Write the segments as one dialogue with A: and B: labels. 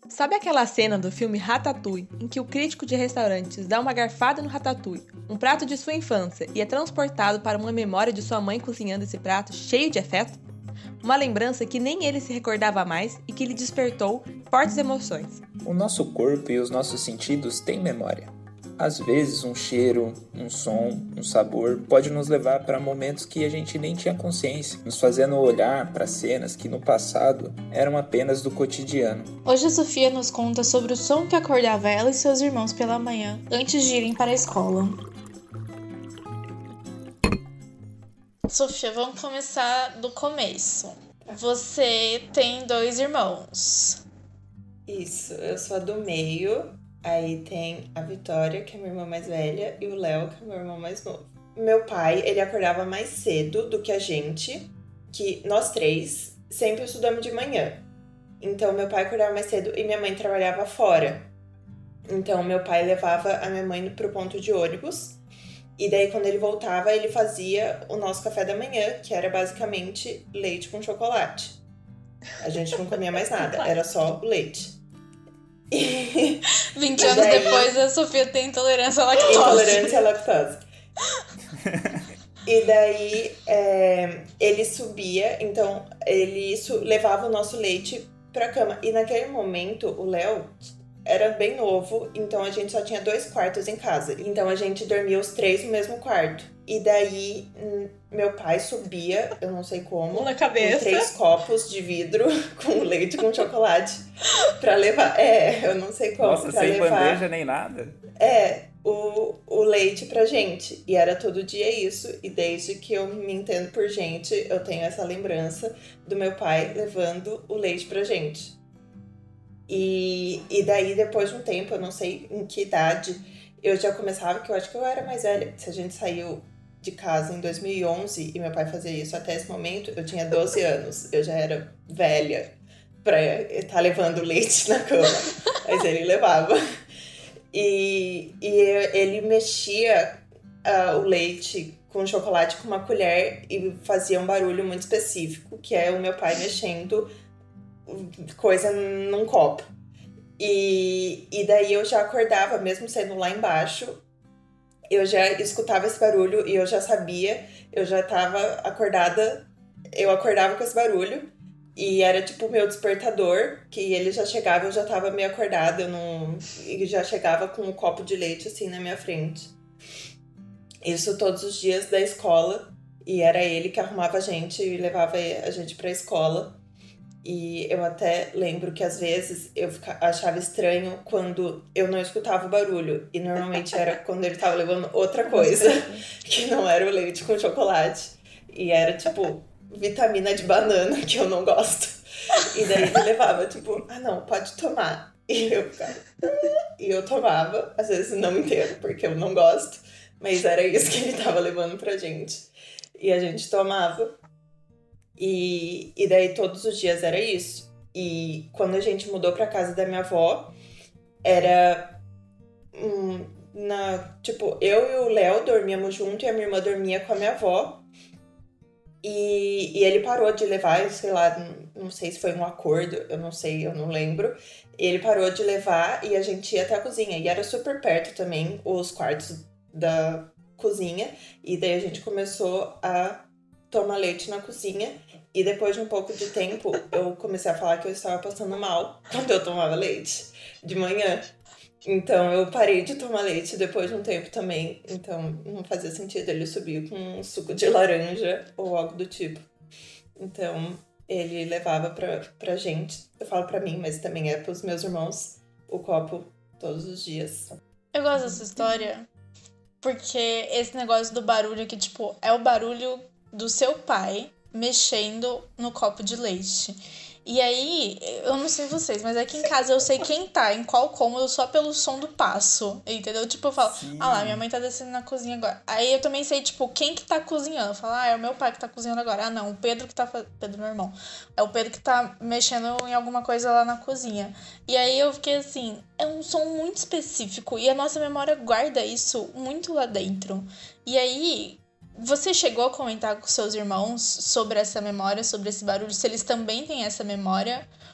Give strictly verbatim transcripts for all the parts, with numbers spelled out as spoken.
A: Sabe aquela cena do filme Ratatouille, em que o crítico de restaurantes dá uma garfada no ratatouille, um prato de sua infância, e é transportado para uma memória de sua mãe cozinhando esse prato cheio de afeto? Uma lembrança que nem ele se recordava mais e que lhe despertou fortes emoções.
B: O nosso corpo e os nossos sentidos têm memória. Às vezes, um cheiro, um som, um sabor pode nos levar para momentos que a gente nem tinha consciência, nos fazendo olhar para cenas que no passado eram apenas do cotidiano.
C: Hoje a Sofia nos conta sobre o som que acordava ela e seus irmãos pela manhã, antes de irem para a escola. Sofia, vamos começar do começo. Você tem dois irmãos.
D: Isso, eu sou a do meio. Aí tem a Vitória, que é minha irmã mais velha, e o Léo, que é meu irmão mais novo. Meu pai, ele acordava mais cedo do que a gente, que nós três sempre estudamos de manhã. Então, meu pai acordava mais cedo e minha mãe trabalhava fora. Então, meu pai levava a minha mãe pro ponto de ônibus. E daí, quando ele voltava, ele fazia o nosso café da manhã, que era basicamente leite com chocolate. A gente não comia mais nada, era só o leite.
C: vinte anos daí, depois, a Sofia tem intolerância à lactose.
D: Intolerância à lactose. E daí, é, ele subia, então, ele su- levava o nosso leite pra cama. E naquele momento, o Léo era bem novo, então a gente só tinha dois quartos em casa. Então, a gente dormia os três no mesmo quarto. E daí, meu pai subia, eu não sei como,
A: um na cabeça,
D: com três copos de vidro com leite com chocolate pra levar. É, eu não sei como.
B: Nossa,
D: pra
B: sem
D: levar,
B: bandeja nem nada.
D: É, o, o leite pra gente. E era todo dia isso. E desde que eu me entendo por gente, eu tenho essa lembrança do meu pai levando o leite pra gente. E, e daí, depois de um tempo, eu não sei em que idade, eu já começava, que eu acho que eu era mais velha. Se a gente saiu de casa em dois mil e onze e meu pai fazia isso até esse momento, eu tinha doze anos. Eu já era velha pra estar levando leite na cama. Mas ele levava. E, e ele mexia uh, o leite com chocolate com uma colher e fazia um barulho muito específico, que é o meu pai mexendo coisa num copo. E, e daí eu já acordava, mesmo sendo lá embaixo, eu já escutava esse barulho e eu já sabia, eu já tava acordada, eu acordava com esse barulho e era tipo o meu despertador, que ele já chegava, eu já tava meio acordada, eu não, e já chegava com um copo de leite assim na minha frente. Isso todos os dias da escola, e era ele que arrumava a gente e levava a gente pra escola. E eu até lembro que às vezes eu achava estranho quando eu não escutava o barulho. E normalmente era quando ele tava levando outra coisa, que não era o leite com chocolate. E era tipo vitamina de banana, que eu não gosto. E daí ele levava tipo, ah não, pode tomar. E eu ficava, e eu tomava, às vezes não inteiro, porque eu não gosto. Mas era isso que ele tava levando pra gente. E a gente tomava. E, e daí todos os dias era isso. E quando a gente mudou pra casa da minha avó, era hum, na, tipo, eu e o Léo dormíamos junto e a minha irmã dormia com a minha avó. E, e ele parou de levar, sei lá, não, não sei se foi um acordo, eu não sei, eu não lembro. Ele parou de levar e a gente ia até a cozinha. E era super perto também os quartos da cozinha. E daí a gente começou a tomar leite na cozinha. E depois de um pouco de tempo, eu comecei a falar que eu estava passando mal quando eu tomava leite de manhã. Então, eu parei de tomar leite depois de um tempo também. Então, não fazia sentido ele subir com um suco de laranja ou algo do tipo. Então, ele levava pra, pra gente. Eu falo pra mim, mas também é pros meus irmãos, o copo todos os dias.
C: Eu gosto dessa história porque esse negócio do barulho que, tipo, é o barulho do seu pai mexendo no copo de leite. E aí, eu não sei vocês, mas aqui em casa eu sei quem tá em qual cômodo só pelo som do passo, entendeu? Tipo, eu falo, Sim. ah lá, minha mãe tá descendo na cozinha agora. Aí eu também sei, tipo, quem que tá cozinhando. Eu falo, ah, é o meu pai que tá cozinhando agora. Ah, não, o Pedro que tá fazendo... Pedro, meu irmão. É o Pedro que tá mexendo em alguma coisa lá na cozinha. E aí eu fiquei assim, é um som muito específico e a nossa memória guarda isso muito lá dentro. E aí... Você chegou a comentar com seus irmãos sobre essa memória, sobre esse barulho, se eles também têm essa memória?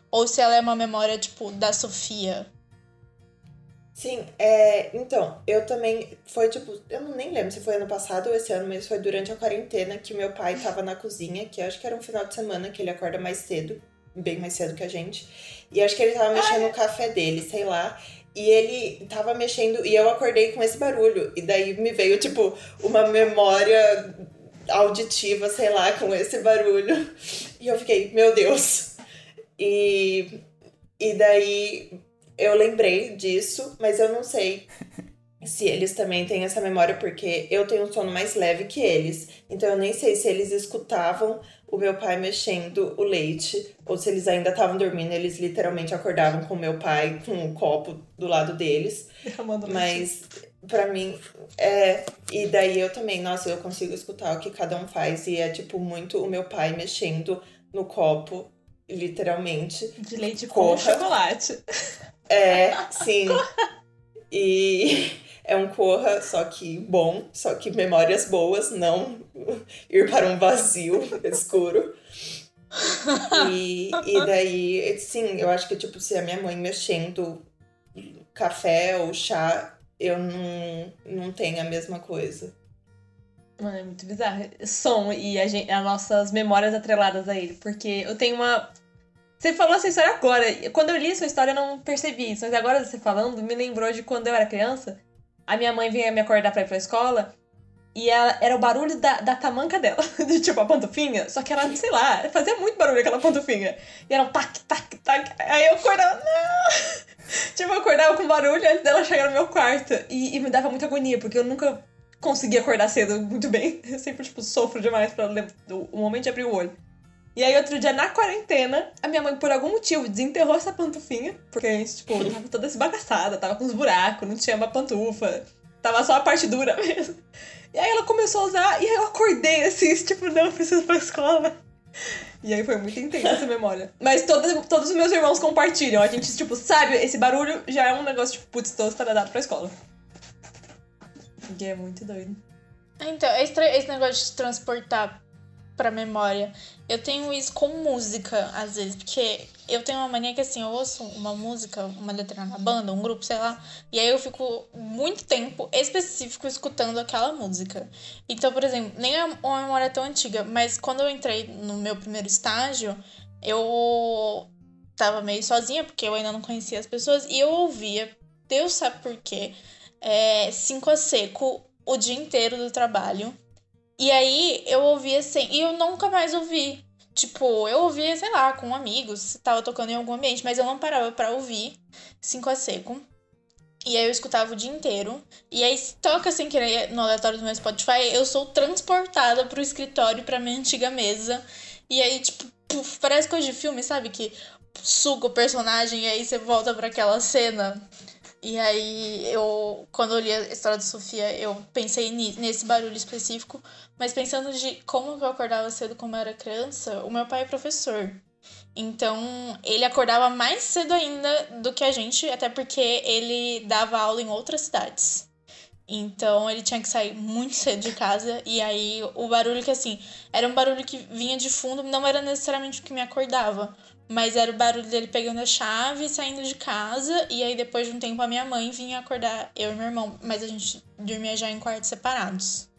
C: Ou se ela é uma memória, tipo, da Sofia.
D: Sim, é, então, eu também, foi tipo, eu não nem lembro se foi ano passado ou esse ano, mas foi durante a quarentena que o meu pai tava na cozinha, que eu acho que era um final de semana, que ele acorda mais cedo, bem mais cedo que a gente, e acho que ele tava mexendo no café dele, sei lá, e ele tava mexendo, e eu acordei com esse barulho, e daí me veio, tipo, uma memória auditiva, sei lá, com esse barulho, e eu fiquei, meu Deus, e, e daí... Eu lembrei disso, mas eu não sei se eles também têm essa memória, porque eu tenho um sono mais leve que eles. Então eu nem sei se eles escutavam o meu pai mexendo o leite, ou se eles ainda estavam dormindo, eles literalmente acordavam com o meu pai com um copo do lado deles. Mas pra mim, é... E daí eu também, nossa, eu consigo escutar o que cada um faz, e é tipo muito o meu pai mexendo no copo, literalmente.
A: De leite com chocolate.
D: É, sim. E é um Corra, só que bom, só que memórias boas, não ir para um vazio escuro. E, e daí, sim, eu acho que, tipo, se a minha mãe mexendo café ou chá, eu não, não tenho a mesma coisa.
A: Mano, é muito bizarro. Som e a gente, as nossas memórias atreladas a ele. Porque eu tenho uma... Você falou essa história agora. Quando eu li sua história, eu não percebi isso. Mas agora você falando, me lembrou de quando eu era criança. A minha mãe vinha me acordar pra ir pra escola. E ela, era o barulho da, da tamanca dela. De tipo, a pantufinha. Só que ela, sei lá, fazia muito barulho aquela pantufinha. E era um tac, tac, tac. Aí eu acordava, não! Tipo, eu acordava com barulho antes dela chegar no meu quarto. E, e me dava muita agonia, porque eu nunca conseguia acordar cedo muito bem. Eu sempre, tipo, sofro demais pra o momento de abrir o olho. E aí, outro dia, na quarentena, a minha mãe, por algum motivo, desenterrou essa pantufinha. Porque a gente, tipo, tava toda esbagaçada, tava com uns buracos, não tinha uma pantufa. Tava só a parte dura mesmo. E aí ela começou a usar, e aí eu acordei, assim, tipo, não, eu preciso ir pra escola. E aí foi muito intensa essa memória. Mas todos, todos os meus irmãos compartilham. A gente, tipo, sabe, esse barulho já é um negócio, tipo, putz, tô estradado pra escola. E é muito doido.
C: Então, é estranho esse negócio de transportar pra memória. Eu tenho isso com música, às vezes, porque eu tenho uma mania que, assim, eu ouço uma música, uma determinada banda, um grupo, sei lá, e aí eu fico muito tempo específico escutando aquela música. Então, por exemplo, nem é uma memória tão antiga, mas quando eu entrei no meu primeiro estágio, eu tava meio sozinha, porque eu ainda não conhecia as pessoas, e eu ouvia, Deus sabe por quê, é, Cinco a Seco o dia inteiro do trabalho. E aí, eu ouvia assim, e eu nunca mais ouvi. Tipo, eu ouvia, sei lá, com amigos, tava tocando em algum ambiente, mas eu não parava pra ouvir Cinco a Seco. E aí eu escutava o dia inteiro. E aí, se toca sem querer no aleatório do meu Spotify, eu sou transportada pro escritório, pra minha antiga mesa. E aí, tipo, puf, parece coisa de filme, sabe? Que suga o personagem e aí você volta pra aquela cena. E aí, eu, quando eu li a história da Sofia, eu pensei nesse barulho específico. Mas pensando de como eu acordava cedo quando eu era criança, o meu pai é professor. Então, ele acordava mais cedo ainda do que a gente, até porque ele dava aula em outras cidades. Então, ele tinha que sair muito cedo de casa. E aí, o barulho que, assim, era um barulho que vinha de fundo, não era necessariamente o que me acordava. Mas era o barulho dele pegando a chave e saindo de casa. E aí, depois de um tempo, a minha mãe vinha acordar eu e meu irmão. Mas a gente dormia já em quartos separados.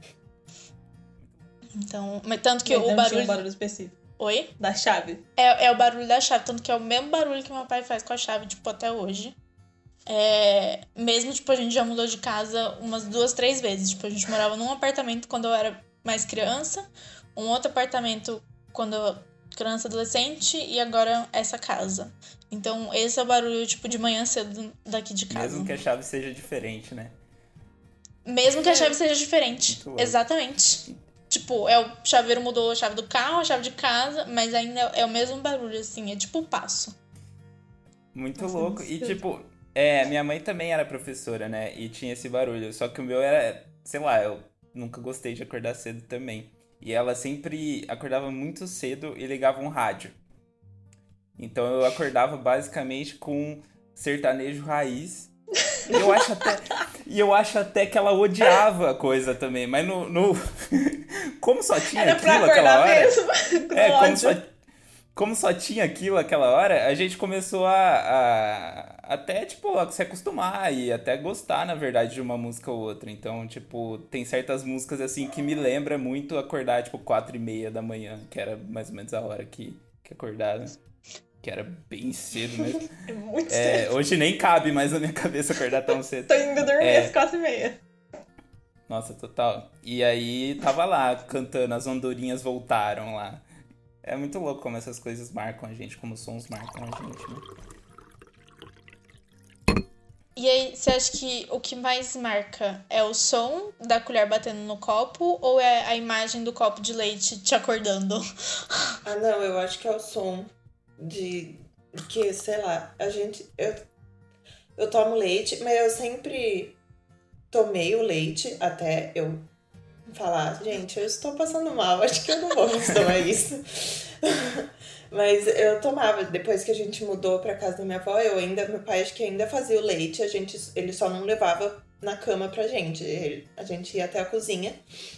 C: Então, mas tanto que
A: mas
C: o
A: não
C: barulho...
A: tinha um barulho específico.
C: Oi?
A: Da chave.
C: É, é o barulho da chave. Tanto que é o mesmo barulho que meu pai faz com a chave, tipo, até hoje. É... Mesmo, tipo, a gente já mudou de casa umas duas, três vezes. Tipo, a gente morava num apartamento quando eu era mais criança. Um outro apartamento quando eu criança, adolescente, e agora essa casa. Então, esse é o barulho, tipo, de manhã cedo daqui de casa.
B: Mesmo que a chave seja diferente, né?
C: Mesmo que a chave seja diferente.
B: Muito
C: Exatamente. Tipo, é o chaveiro mudou a chave do carro, a chave de casa, mas ainda é o mesmo barulho, assim, é tipo o passo.
B: Muito
A: Nossa,
B: louco. E,
A: Deus.
B: tipo, é, minha mãe também era professora, né? E tinha esse barulho. Só que o meu era, sei lá, eu nunca gostei de acordar cedo também. E ela sempre acordava muito cedo e ligava um rádio. Então eu acordava basicamente com sertanejo raiz. E eu acho até, e eu acho até que ela odiava a coisa também. Mas no... no como só tinha
A: Era
B: aquilo
A: pra
B: aquela
A: acordar
B: hora...
A: mesmo.
B: É, como
A: ódio.
B: só, como só tinha aquilo aquela hora, a gente começou a, a até, tipo, a se acostumar e até gostar, na verdade, de uma música ou outra. Então, tipo, tem certas músicas, assim, que me lembra muito acordar, tipo, quatro e meia da manhã, que era mais ou menos a hora que, que acordava. Que era bem cedo mesmo.
A: É muito
B: é,
A: cedo.
B: Hoje nem cabe mais na minha cabeça acordar tão cedo.
A: Tô indo dormir
B: É.
A: às quatro e meia.
B: Nossa, total. E aí, tava lá, cantando, as andorinhas voltaram lá. É muito louco como essas coisas marcam a gente, como os sons marcam a gente, né?
C: E aí, você acha que o que mais marca é o som da colher batendo no copo ou é a imagem do copo de leite te acordando?
D: Ah, não, eu acho que é o som de... Que, sei lá, a gente... Eu, eu tomo leite, mas eu sempre tomei o leite até eu falar, gente, eu estou passando mal, acho que eu não vou mais tomar isso. Mas eu tomava, depois que a gente mudou pra casa da minha avó, eu ainda, meu pai acho que ainda fazia o leite, a gente, ele só não levava na cama pra gente, ele, a gente ia até a cozinha.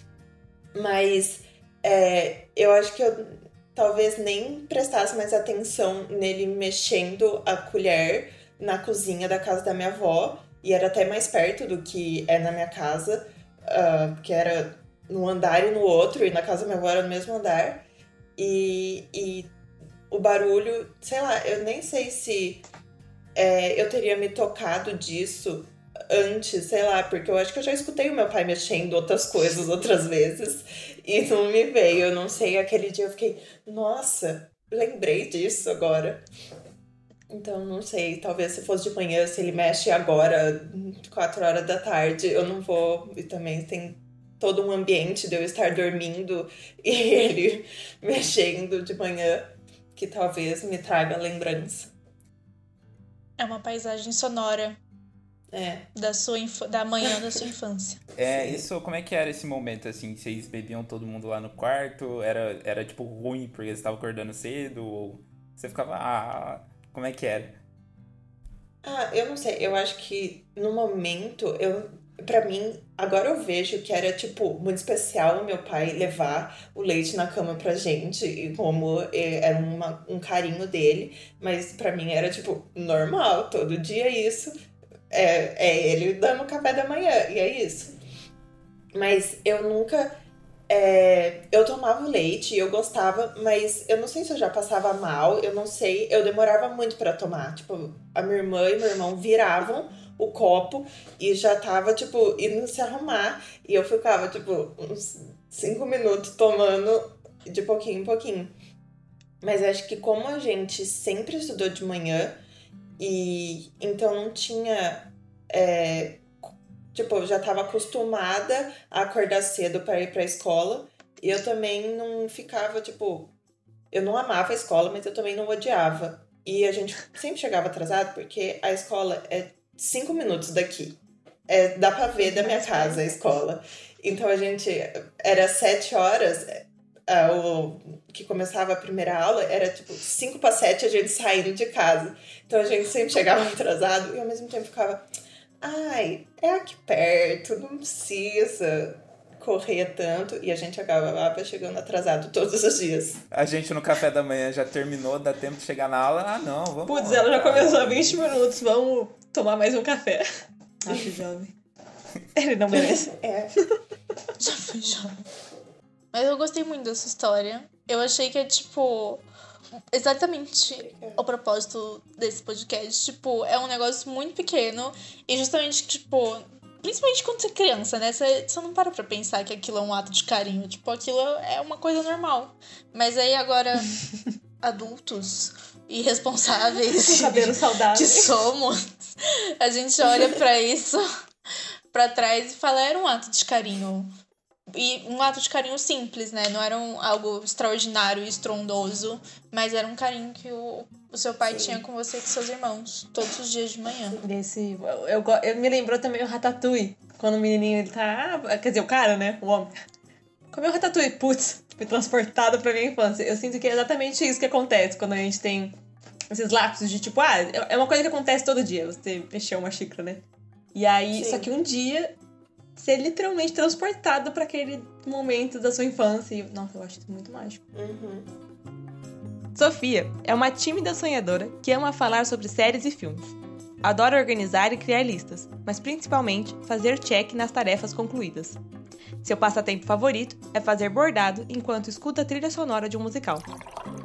D: Mas é, eu acho que eu talvez nem prestasse mais atenção nele mexendo a colher na cozinha da casa da minha avó, e era até mais perto do que é na minha casa, uh, que era num andar e no outro, e na casa da minha avó era no mesmo andar. E, e o barulho, sei lá, eu nem sei se é, eu teria me tocado disso antes, sei lá, porque eu acho que eu já escutei o meu pai mexendo outras coisas outras vezes e não me veio, eu não sei, aquele dia eu fiquei, nossa, lembrei disso agora. Então, não sei, talvez se fosse de manhã, se ele mexe agora, quatro horas da tarde, eu não vou, e também tem todo um ambiente de eu estar dormindo e ele mexendo de manhã, que talvez me traga lembrança.
C: É uma paisagem sonora
D: É.
C: da, sua inf... da manhã da sua infância.
B: É,
D: Sim.
B: isso, como é que era esse momento, assim? Vocês bebiam todo mundo lá no quarto? Era, era tipo, ruim porque você estava acordando cedo? Ou você ficava, ah, como é que era?
D: Ah, eu não sei, eu acho que no momento, eu, pra mim, agora eu vejo que era, tipo, muito especial o meu pai levar o leite na cama pra gente, e como eh, era uma, um carinho dele, mas pra mim era, tipo, normal, todo dia isso, é, é ele dando café da manhã, e é isso. Mas eu nunca... É, eu tomava leite e eu gostava, mas eu não sei se eu já passava mal, eu não sei, eu demorava muito pra tomar. Tipo, a minha irmã e meu irmão viravam o copo e já tava, tipo, indo se arrumar. E eu ficava, tipo, uns cinco minutos tomando de pouquinho em pouquinho. Mas acho que como a gente sempre estudou de manhã, e então não tinha... É, tipo, eu já estava acostumada a acordar cedo para ir para a escola. E eu também não ficava, tipo... Eu não amava a escola, mas eu também não odiava. E a gente sempre chegava atrasado, porque a escola é cinco minutos daqui. É, dá pra ver da minha casa a escola. Então a gente... Era sete horas... Uh, o que começava a primeira aula, era tipo cinco para sete a gente saindo de casa. Então a gente sempre chegava atrasado e ao mesmo tempo ficava... Ai, é aqui perto, não precisa correr tanto. E a gente acabava chegando atrasado todos os dias.
B: A gente no café da manhã já terminou, dá tempo de chegar na aula. Ah, não, vamos...
A: Putz, ela já começou há vinte minutos, vamos tomar mais um café. Ah, que jovem. Ele não merece.
D: É.
C: Já fui jovem. Mas eu gostei muito dessa história. Eu achei que é, tipo... Exatamente o propósito desse podcast. Tipo, é um negócio muito pequeno. E justamente, tipo... Principalmente quando você é criança, né? Você, você não para pra pensar que aquilo é um ato de carinho. Tipo, aquilo é uma coisa normal. Mas aí agora, adultos e responsáveis
A: Cabelo saudável.
C: que somos, a gente olha pra isso pra trás e fala, era um ato de carinho. E um ato de carinho simples, né? Não era um, algo extraordinário e estrondoso, mas era um carinho que o, o seu pai
D: Sim.
C: tinha com você e com seus irmãos, todos os dias de manhã.
A: Esse, eu, eu, eu me lembrou também o Ratatouille, quando o menininho ele tá... Ah, quer dizer, o cara, né? O homem. Comeu Ratatouille, putz, fui transportado pra minha infância. Eu sinto que é exatamente isso que acontece quando a gente tem esses lapsos de tipo, ah, é uma coisa que acontece todo dia, você mexeu uma xícara, né? E aí,
D: Sim.
A: só que um dia... ser literalmente transportado pra aquele momento da sua infância. E, nossa, eu acho isso muito mágico.
D: Uhum.
A: Sofia é uma tímida sonhadora que ama falar sobre séries e filmes. Adora organizar e criar listas, mas principalmente fazer check nas tarefas concluídas. Seu passatempo favorito é fazer bordado enquanto escuta a trilha sonora de um musical.